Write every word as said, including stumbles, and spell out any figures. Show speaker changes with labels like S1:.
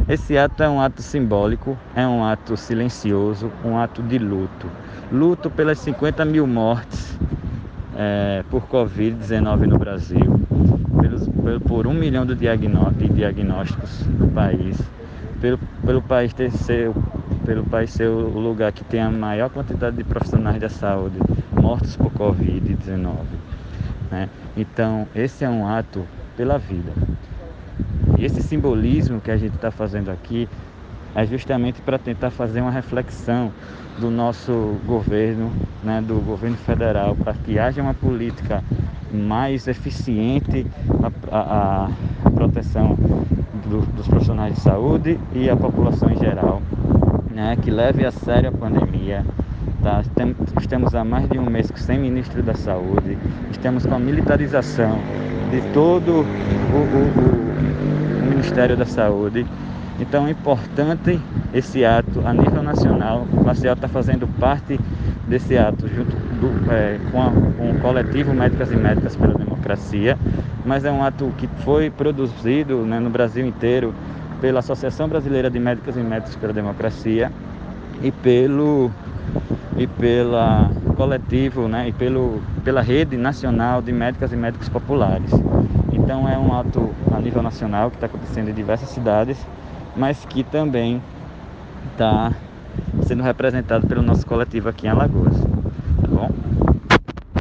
S1: Esse ato é um ato simbólico, é um ato silencioso, um ato de luto. Luto pelas cinquenta mil mortes é, por covid dezenove no Brasil, pelos, pelo, por um milhão de, diagnó de diagnósticos no país, pelo, pelo, país ter ser, pelo país ser o lugar que tem a maior quantidade de profissionais da saúde mortos por covid dezenove. Né? Então, esse é um ato pela vida. E esse simbolismo que a gente está fazendo aqui é justamente para tentar fazer uma reflexão do nosso governo, né, do governo federal, para que haja uma política mais eficiente a, a, a proteção do, dos profissionais de saúde e a população em geral, né, que leve a sério a pandemia. Tá? Estamos há mais de um mês sem ministro da Saúde, estamos com a militarização de todo o, o, o Ministério da Saúde. Então é importante esse ato a nível nacional. O Maceió está fazendo parte desse ato junto do, é, com, a, com o coletivo Médicas e Médicas pela Democracia, mas é um ato que foi produzido, né, no Brasil inteiro pela Associação Brasileira de Médicas e Médicos pela Democracia e pelo e pela coletivo, né, e pelo, pela rede nacional de médicas e médicos populares. Então é um ato a nível nacional que está acontecendo em diversas cidades, mas que também está sendo representado pelo nosso coletivo aqui em Alagoas.